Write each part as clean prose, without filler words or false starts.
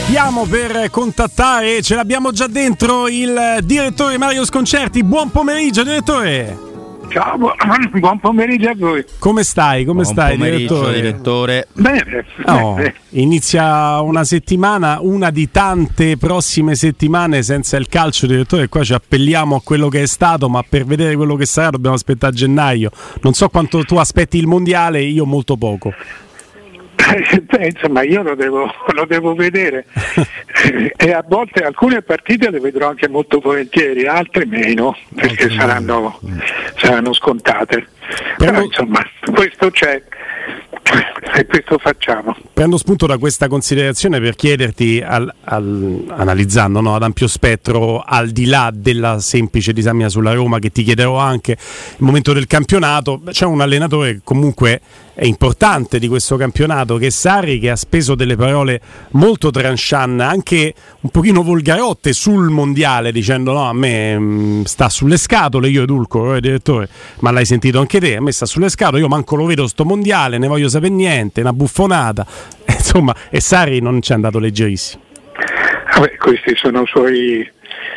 Stiamo per contattare, ce l'abbiamo già dentro, il direttore Mario Sconcerti. Buon pomeriggio, direttore. Ciao, buon pomeriggio a voi. Come stai? Buon pomeriggio, direttore. Bene. Inizia una settimana, una di tante prossime settimane senza il calcio, direttore. Qua ci appelliamo a quello che è stato, ma per vedere quello che sarà dobbiamo aspettare a gennaio. Non so quanto tu aspetti il mondiale, io molto poco. Insomma, io lo devo vedere e a volte alcune partite le vedrò anche molto volentieri, altre meno, perché saranno scontate. Però insomma, questo c'è e questo facciamo. Prendo spunto da questa considerazione per chiederti, analizzando, no, ad ampio spettro, al di là della semplice disamina sulla Roma, che ti chiederò anche il momento del campionato, c'è un allenatore che comunque è importante di questo campionato, che è Sarri, che ha speso delle parole molto tranchant, anche un pochino volgarotte sul mondiale, dicendo no, a me sta sulle scatole, io edulco, direttore, ma l'hai sentito anche te, a me sta sulle scatole, io manco lo vedo sto mondiale, ne voglio sapere niente, una buffonata, insomma, e Sarri non ci è andato leggerissimo. Questi sono suoi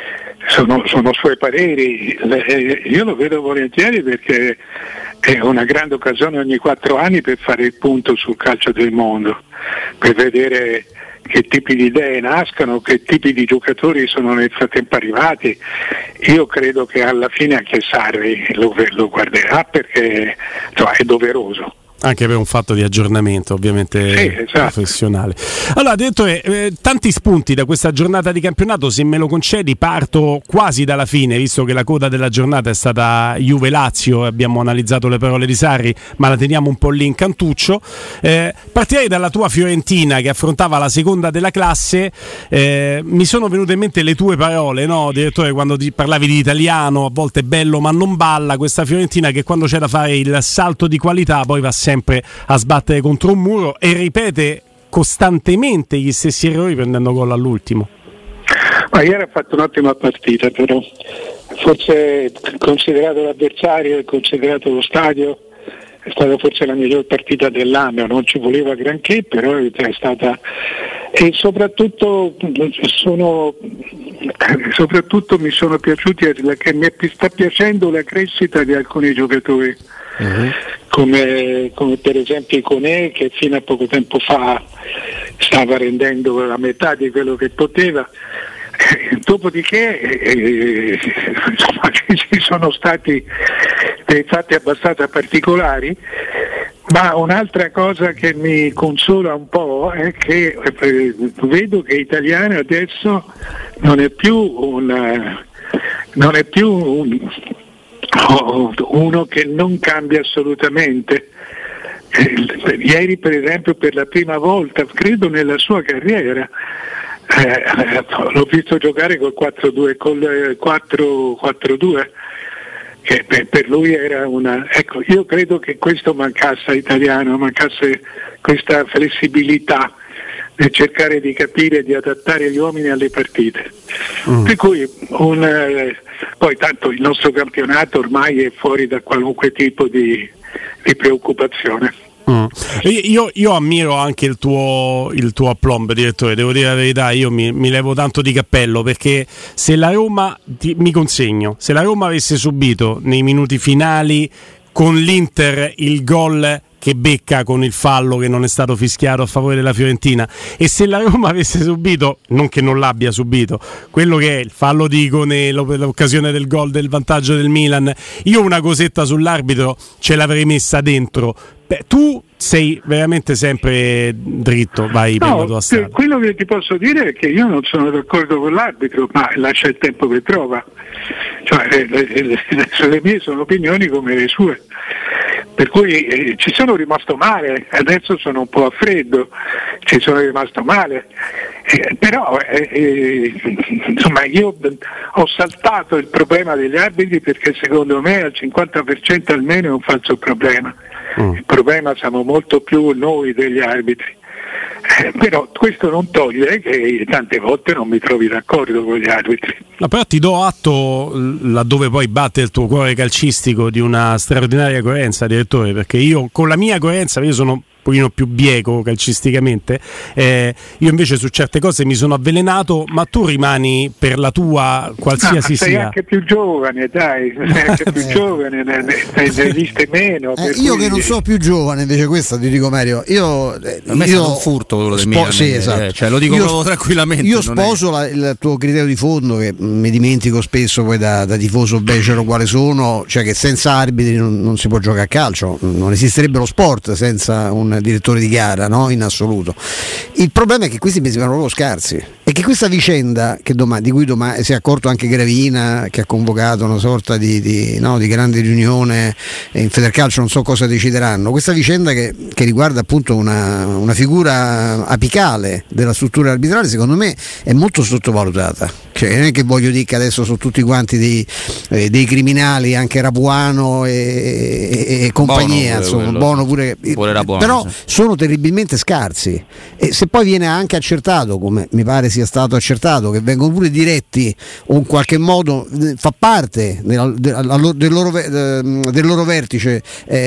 pareri, io lo vedo volentieri perché è una grande occasione ogni 4 anni per fare il punto sul calcio del mondo, per vedere che tipi di idee nascano, che tipi di giocatori sono nel frattempo arrivati. Io credo che alla fine anche Sarri lo guarderà, perché è doveroso. Anche per un fatto di aggiornamento ovviamente, sì, esatto, professionale. Allora, direttore, tanti spunti da questa giornata di campionato, se me lo concedi parto quasi dalla fine, visto che la coda della giornata è stata Juve-Lazio, abbiamo analizzato le parole di Sarri, ma la teniamo un po' lì in cantuccio. Partirei dalla tua Fiorentina, che affrontava la seconda della classe. Mi sono venute in mente le tue parole, no, direttore, quando parlavi di italiano, a volte bello ma non balla, questa Fiorentina che quando c'è da fare il salto di qualità poi va sempre a sbattere contro un muro e ripete costantemente gli stessi errori, prendendo gol all'ultimo. Ma ieri ha fatto un'ottima partita, però forse, considerato l'avversario e considerato lo stadio, è stata forse la miglior partita dell'anno. Non ci voleva granché, però è stata, e soprattutto mi sono piaciuti, che mi sta piacendo la crescita di alcuni giocatori. Come per esempio Iconè, che fino a poco tempo fa stava rendendo la metà di quello che poteva. Dopodiché ci sono stati dei fatti abbastanza particolari, ma un'altra cosa che mi consola un po' è che vedo che Italiano adesso non è più uno che non cambia assolutamente. Ieri per esempio, per la prima volta credo nella sua carriera, l'ho visto giocare col 4-2, col 4-4-2, che per lui era ecco, io credo che questo mancasse a Italiano, mancasse questa flessibilità nel cercare di capire e di adattare gli uomini alle partite. Per cui poi tanto il nostro campionato ormai è fuori da qualunque tipo di preoccupazione. Io ammiro anche il tuo aplomb, direttore, devo dire la verità, io mi levo tanto di cappello, perché se la Roma, se la Roma avesse subito nei minuti finali con l'Inter il gol che becca con il fallo che non è stato fischiato a favore della Fiorentina, e se la Roma avesse subito, non che non l'abbia subito, quello che è il fallo di Iconè, l'occasione del gol del vantaggio del Milan, io una cosetta sull'arbitro ce l'avrei messa dentro. Tu sei veramente sempre dritto, vai per la tua strada. Quello che ti posso dire è che io non sono d'accordo con l'arbitro, ma lascia il tempo che trova. Le mie sono opinioni come le sue. Per cui ci sono rimasto male, adesso sono un po' a freddo, ci sono rimasto male, però insomma io ho saltato il problema degli arbitri, perché secondo me al 50% almeno è un falso problema. Il problema siamo molto più noi degli arbitri. Però questo non toglie che tante volte non mi trovi d'accordo con gli arbitri. No, però ti do atto, laddove poi batte il tuo cuore calcistico, di una straordinaria coerenza, direttore, perché io con la mia coerenza, io sono pochino più bieco calcisticamente, io invece su certe cose mi sono avvelenato, ma tu rimani per la tua qualsiasi sei sia. Anche più giovane, dai, sei anche più giovane, ne esiste meno. Io che non so più giovane, invece questo ti dico Mario, a me è un furto quello del Milan, sì, esatto. Cioè, lo dico proprio tranquillamente. Io sposo il tuo criterio di fondo, che mi dimentico spesso poi da tifoso becero quale sono, cioè che senza arbitri non si può giocare a calcio, non esisterebbe lo sport senza un direttore di gara, no? In assoluto. Il problema è che questi mi sembrano proprio scarsi e che questa vicenda di cui domani si è accorto anche Gravina, che ha convocato una sorta di grande riunione in Federcalcio, non so cosa decideranno, questa vicenda che riguarda appunto una figura apicale della struttura arbitrale, secondo me è molto sottovalutata. Cioè, non è che voglio dire che adesso sono tutti quanti dei criminali, anche Rapuano e compagnia, Bono pure Rapuano, però sì, sono terribilmente scarsi, e se poi viene anche accertato, come mi pare sia stato accertato, che vengono pure diretti o in qualche modo fa parte del loro vertice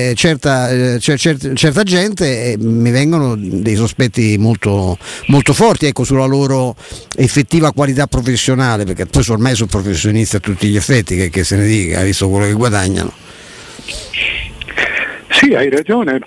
certa gente, mi vengono dei sospetti molto, molto forti, ecco, sulla loro effettiva qualità professionale, perché poi ormai sono professionisti a tutti gli effetti, che se ne dica, hai visto quello che guadagnano. Sì, hai ragione.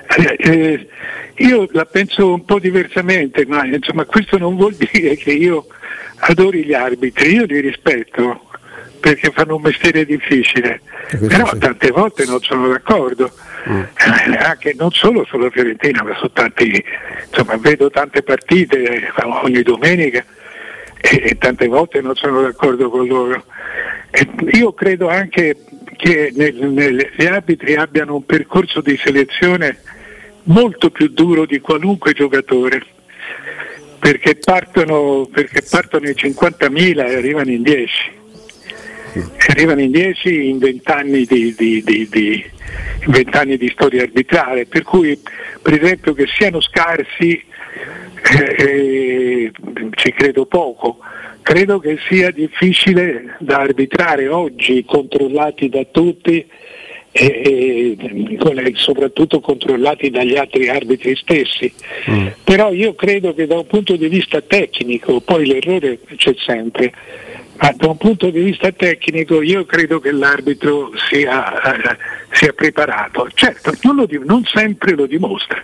Io la penso un po' diversamente, ma insomma questo non vuol dire che io adori gli arbitri, io li rispetto perché fanno un mestiere difficile, però tante volte non sono d'accordo, anche non solo sulla Fiorentina, ma su tanti, insomma vedo tante partite ogni domenica e tante volte non sono d'accordo con loro. Io credo anche che gli arbitri abbiano un percorso di selezione molto più duro di qualunque giocatore, perché partono in 50.000 e arrivano in 10. Arrivano in 10 in 20 anni di storia arbitrale, per cui per esempio che siano scarsi ci credo poco. Credo che sia difficile da arbitrare oggi, controllati da tutti e soprattutto controllati dagli altri arbitri stessi. Però io credo che da un punto di vista tecnico, poi l'errore c'è sempre, ma da un punto di vista tecnico io credo che l'arbitro sia preparato. Certo, non sempre lo dimostra,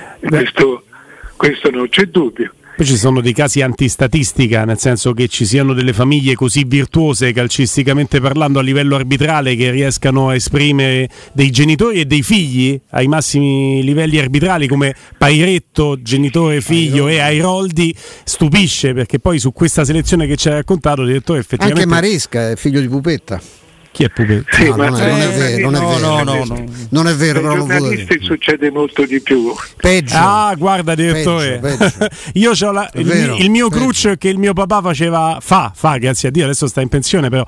questo non c'è dubbio. Poi ci sono dei casi antistatistica, nel senso che ci siano delle famiglie così virtuose calcisticamente parlando a livello arbitrale che riescano a esprimere dei genitori e dei figli ai massimi livelli arbitrali, come Pairetto, genitore, figlio, e Airoldi, stupisce, perché poi su questa selezione che ci ha raccontato, direttore, effettivamente anche Maresca è figlio di Pupetta. Chi è Pupetta? Sì, non è vero. Non è vero, però ai giornalisti succede molto di più. Peggio. Ah, guarda, direttore, peggio. Io c'ho il mio cruccio che il mio papà fa, grazie a Dio, adesso sta in pensione, però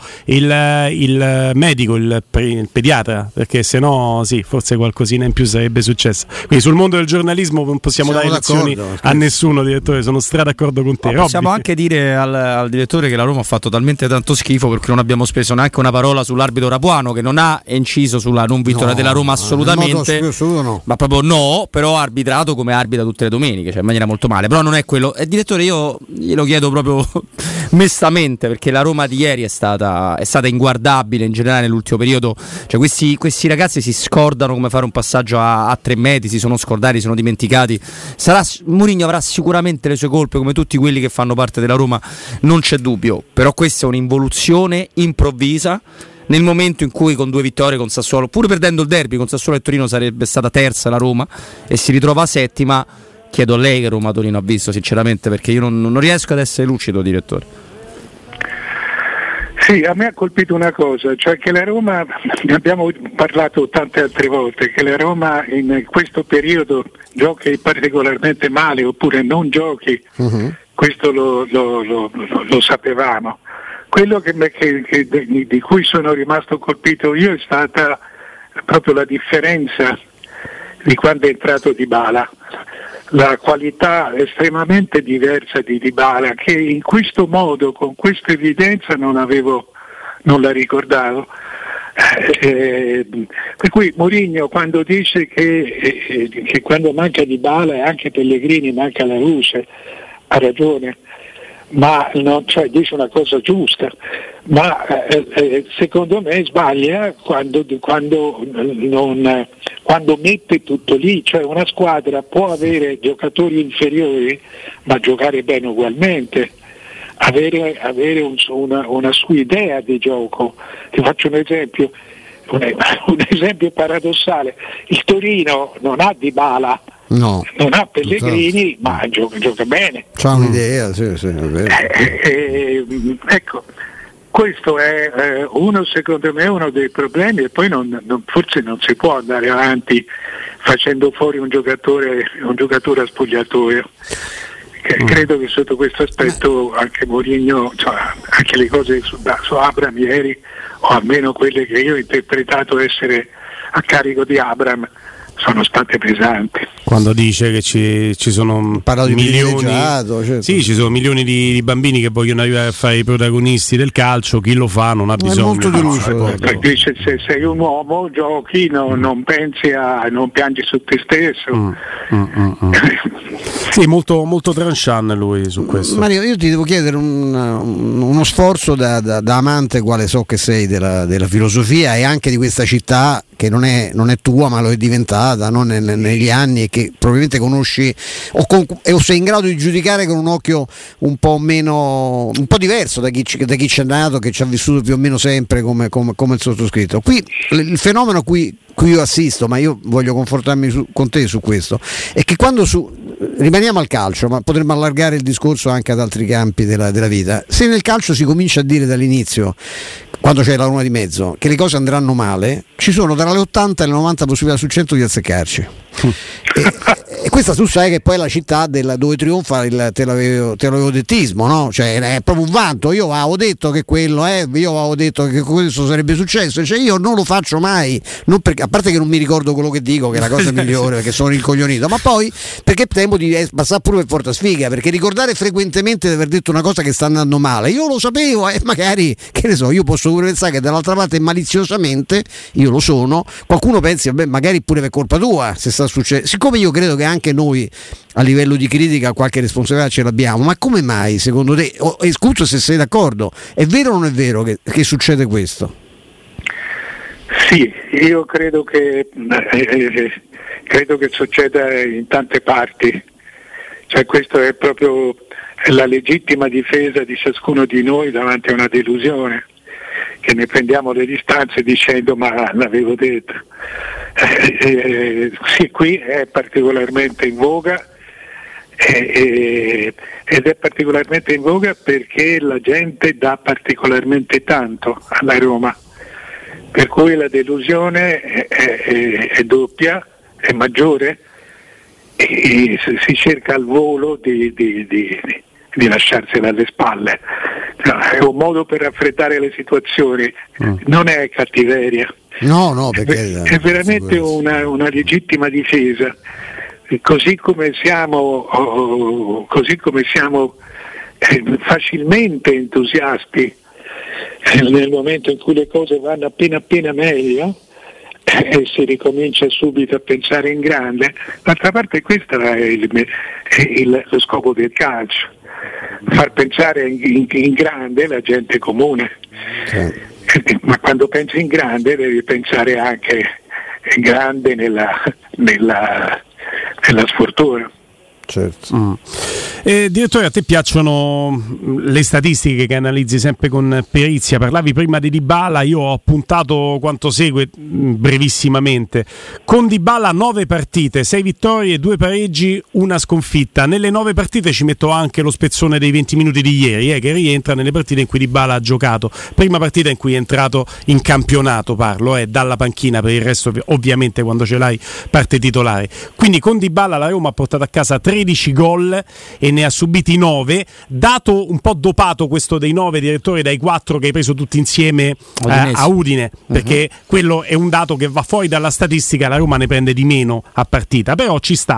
il medico, il pediatra, perché sennò sì, forse qualcosina in più sarebbe successo. Quindi sul mondo del giornalismo non possiamo dare lezioni a nessuno, direttore, sono d'accordo con te. Possiamo anche dire al direttore che la Roma ha fatto talmente tanto schifo perché non abbiamo speso neanche una parola sull'arbitro Rapuano, che non ha inciso sulla non vittoria della Roma assolutamente, ma proprio no, però ha arbitrato come arbitra tutte le domeniche, cioè in maniera molto male, però non è quello. E direttore, io glielo chiedo proprio mestamente, perché la Roma di ieri è stata inguardabile in generale nell'ultimo periodo, cioè questi ragazzi si scordano come fare un passaggio a 3 metri, si sono scordati, si sono dimenticati. Mourinho avrà sicuramente le sue colpe come tutti quelli che fanno parte della Roma, non c'è dubbio, però questa è un'involuzione improvvisa nel momento in cui con 2 vittorie con Sassuolo, pur perdendo il derby con Sassuolo e Torino, sarebbe stata terza la Roma e si ritrova settima. Chiedo a lei che Roma Torino ha visto, sinceramente, perché io non riesco ad essere lucido, direttore. Sì, a me ha colpito una cosa, cioè che la Roma, ne abbiamo parlato tante altre volte, che la Roma in questo periodo giochi particolarmente male oppure non giochi, questo lo sapevamo. Quello di cui sono rimasto colpito io è stata proprio la differenza di quando è entrato Dybala, la qualità estremamente diversa di Dybala, che in questo modo, con questa evidenza non la ricordavo. Per cui Mourinho quando dice che quando manca Dybala e anche Pellegrini manca la luce, ha ragione, ma cioè dice una cosa giusta, ma secondo me sbaglia quando mette tutto lì. Cioè una squadra può avere giocatori inferiori ma giocare bene ugualmente, avere una sua idea di gioco. Ti faccio un esempio paradossale: il Torino non ha Dybala, non ha Pellegrini, ma gioca bene. C'ha un'idea, sì, è vero. Ecco, questo è secondo me uno dei problemi, e poi forse non si può andare avanti facendo fuori un giocatore a spogliatoio. Credo che sotto questo aspetto anche Mourinho, cioè, anche le cose su Abraham ieri, o almeno quelle che io ho interpretato essere a carico di Abraham, sono state pesanti. Quando dice che ci sono milioni, certo. Sì, ci sono milioni di bambini che vogliono arrivare a fare i protagonisti del calcio, chi lo fa non ha bisogno. È molto deluso. Dice, se sei un uomo giochi, non piangi su te stesso. Sì, molto, molto tranchant lui su questo. Mario, io ti devo chiedere uno sforzo da amante quale so che sei della filosofia e anche di questa città che non è tua ma lo è diventata, no? negli anni, e che probabilmente conosci o sei in grado di giudicare con un occhio un po' diverso da chi ci è nato, che ci ha vissuto più o meno sempre come il sottoscritto. Qui il fenomeno a cui io assisto, ma io voglio confortarmi con te su questo, è che quando rimaniamo al calcio, ma potremmo allargare il discorso anche ad altri campi della vita, se nel calcio si comincia a dire dall'inizio, quando c'è la Roma di mezzo, che le cose andranno male, ci sono tra le 80 e le 90 possibilità su 100 di azzeccarci. E questa tu sai che poi è la città dove trionfa il te l'avevo dettismo, no? Cioè è proprio un vanto. Io avevo detto che quello io avevo detto che questo sarebbe successo, cioè io non lo faccio mai, non perché, a parte che non mi ricordo quello che dico, che è la cosa migliore perché sono rincoglionito, ma poi perché temo di passare pure per porta sfiga, perché ricordare frequentemente di aver detto una cosa che sta andando male, io lo sapevo, magari, che ne so, io posso pure pensare che dall'altra parte maliziosamente, io lo sono, qualcuno pensi vabbè magari pure per colpa tua se sta succedendo, siccome io credo che anche noi a livello di critica qualche responsabilità ce l'abbiamo, ma come mai secondo te, e scuso se sei d'accordo, è vero o non è vero che succede questo? Sì, io credo che succeda in tante parti, cioè questo è proprio la legittima difesa di ciascuno di noi davanti a una delusione, che ne prendiamo le distanze dicendo ma l'avevo detto. Sì, qui è particolarmente in voga ed è particolarmente in voga perché la gente dà particolarmente tanto alla Roma, per cui la delusione è doppia, è maggiore, e si cerca al volo di lasciarsela alle spalle. No, è un modo per raffreddare le situazioni, non è cattiveria. No, perché è veramente una legittima difesa, così come siamo facilmente entusiasti nel momento in cui le cose vanno appena meglio e si ricomincia subito a pensare in grande. D'altra parte questo è lo scopo del calcio, far pensare in grande la gente comune. Sì. Ma quando pensi in grande devi pensare anche in grande nella sfortuna. Certo. Direttore, a te piacciono le statistiche che analizzi sempre con perizia? Parlavi prima di Dybala, io ho appuntato quanto segue brevissimamente. Con Dybala 9 partite, 6 vittorie, 2 pareggi, 1 sconfitta. Nelle 9 partite ci metto anche lo spezzone dei 20 minuti di ieri, che rientra nelle partite in cui Dybala ha giocato. Prima partita in cui è entrato in campionato, parlo, dalla panchina, per il resto ovviamente quando ce l'hai parte titolare. Quindi con Dybala la Roma ha portato a casa 13 gol e ne ha subiti 9, dato un po' dopato questo dei 9, direttore, dai 4 che hai preso tutti insieme a Udine, perché quello è un dato che va fuori dalla statistica, la Roma ne prende di meno a partita, però ci sta.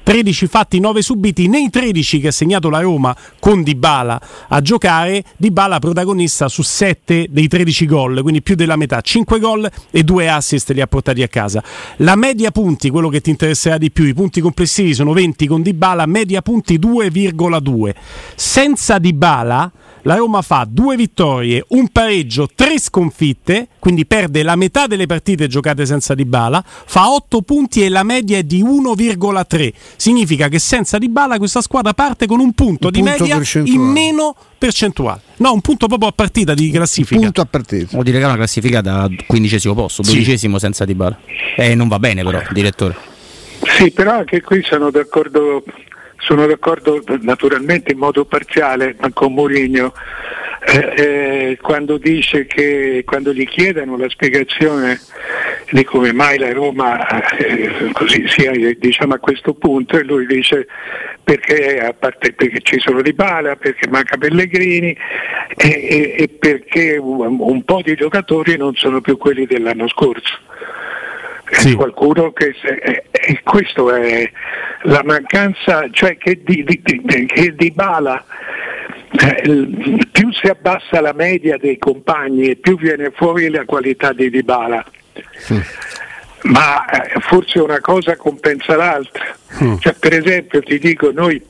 13 fatti, 9 subiti. Nei 13 che ha segnato la Roma con Dybala a giocare, Dybala protagonista su 7 dei 13 gol, quindi più della metà, 5 gol e 2 assist li ha portati a casa. La media punti, quello che ti interesserà di più, i punti complessivi sono 20 con Dybala, media punti 2,2. Senza Dybala la Roma fa 2 vittorie, un pareggio, 3 sconfitte, quindi perde la metà delle partite giocate senza Dybala, fa 8 punti e la media è di 1,3. Significa che senza Dybala questa squadra parte con un punto di media in meno percentuale. No, un punto proprio a partita di classifica. Un punto a partita. Vuol dire che è una classifica da 15° posto, 12° senza Dybala. Non va bene però, direttore. Sì, però anche qui sono d'accordo naturalmente in modo parziale con Mourinho quando dice che, quando gli chiedono la spiegazione di come mai la Roma così sia, diciamo, a questo punto, e lui dice perché ci sono Dybala, perché manca Pellegrini e perché un po' di giocatori non sono più quelli dell'anno scorso. Sì. Qualcuno che questo è la mancanza, cioè che Dybala più si abbassa la media dei compagni e più viene fuori la qualità di Dybala. Sì. Ma forse una cosa compensa l'altra. Cioè, per esempio ti dico, noi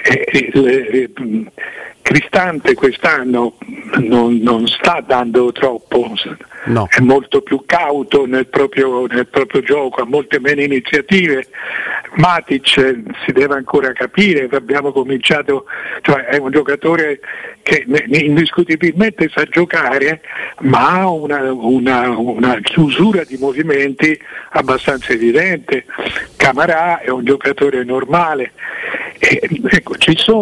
Cristante quest'anno non sta dando troppo, no. È molto più cauto nel proprio gioco, ha molte meno iniziative. Matic si deve ancora capire, abbiamo cominciato, cioè è un giocatore che indiscutibilmente sa giocare, ma ha una chiusura di movimenti abbastanza evidente. Camarà è un giocatore normale. Ecco,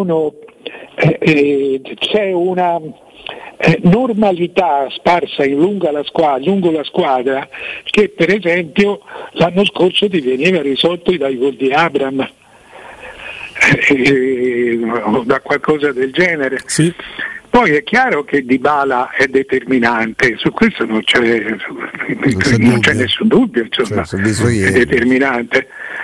c'è una normalità sparsa lungo la squadra che per esempio l'anno scorso diveniva risolto dai gol di Abraham da qualcosa del genere. Sì. Poi è chiaro che Dybala è determinante, su questo non c'è nessun dubbio, insomma, è determinante.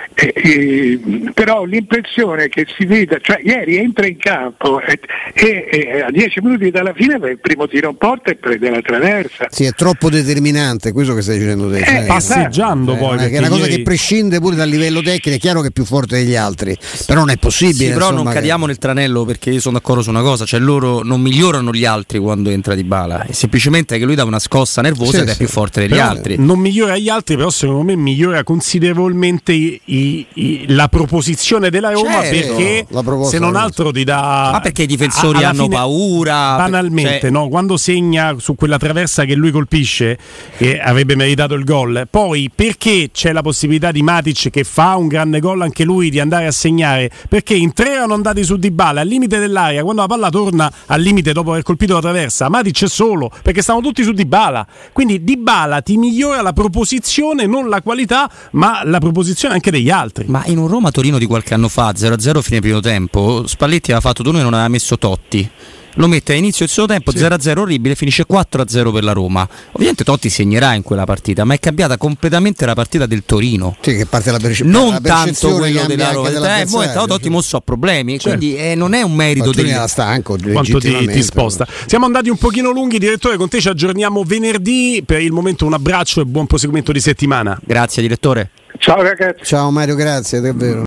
Però l'impressione che si veda, cioè ieri entra in campo e a 10 minuti dalla fine va il primo tiro in porta e prende la traversa. Sì, è troppo determinante, questo che stai dicendo te. Passeggiando poi. È una cosa che prescinde pure dal livello tecnico, è chiaro che è più forte degli altri, però non è possibile. Sì, però non cadiamo nel tranello, perché io sono d'accordo su una cosa, cioè loro non migliorano gli altri quando entra Dybala, è semplicemente che lui dà una scossa nervosa ed è più forte degli altri. Non migliora gli altri, però secondo me migliora considerevolmente la proposizione della Roma, perché se non altro ti dà. Ma perché i difensori hanno paura? Banalmente, no? Quando segna su quella traversa che lui colpisce, che avrebbe meritato il gol, poi perché c'è la possibilità di Matic, che fa un grande gol anche lui, di andare a segnare, perché in 3 erano andati su Dybala al limite dell'area, quando la palla torna al limite dopo aver colpito la traversa, Matic è solo, perché stavano tutti su Dybala. Quindi Dybala ti migliora la proposizione, non la qualità, ma la proposizione anche degli altri. Ma in un Roma-Torino di qualche anno fa, 0-0 fine primo tempo, Spalletti aveva fatto turno e non aveva messo Totti. Lo mette a inizio del secondo tempo, sì. 0-0 orribile, finisce 4-0 per la Roma. Ovviamente Totti segnerà in quella partita, ma è cambiata completamente la partita del Torino. Sì, che parte non tanto quello della Roma. Totti mosso ha problemi, certo. Quindi non è un merito era stanco, quanto ti sposta. Siamo andati un pochino lunghi, direttore, con te ci aggiorniamo venerdì. Per il momento un abbraccio e buon proseguimento di settimana. Grazie direttore. Ciao ragazzi. Ciao Mario, grazie davvero.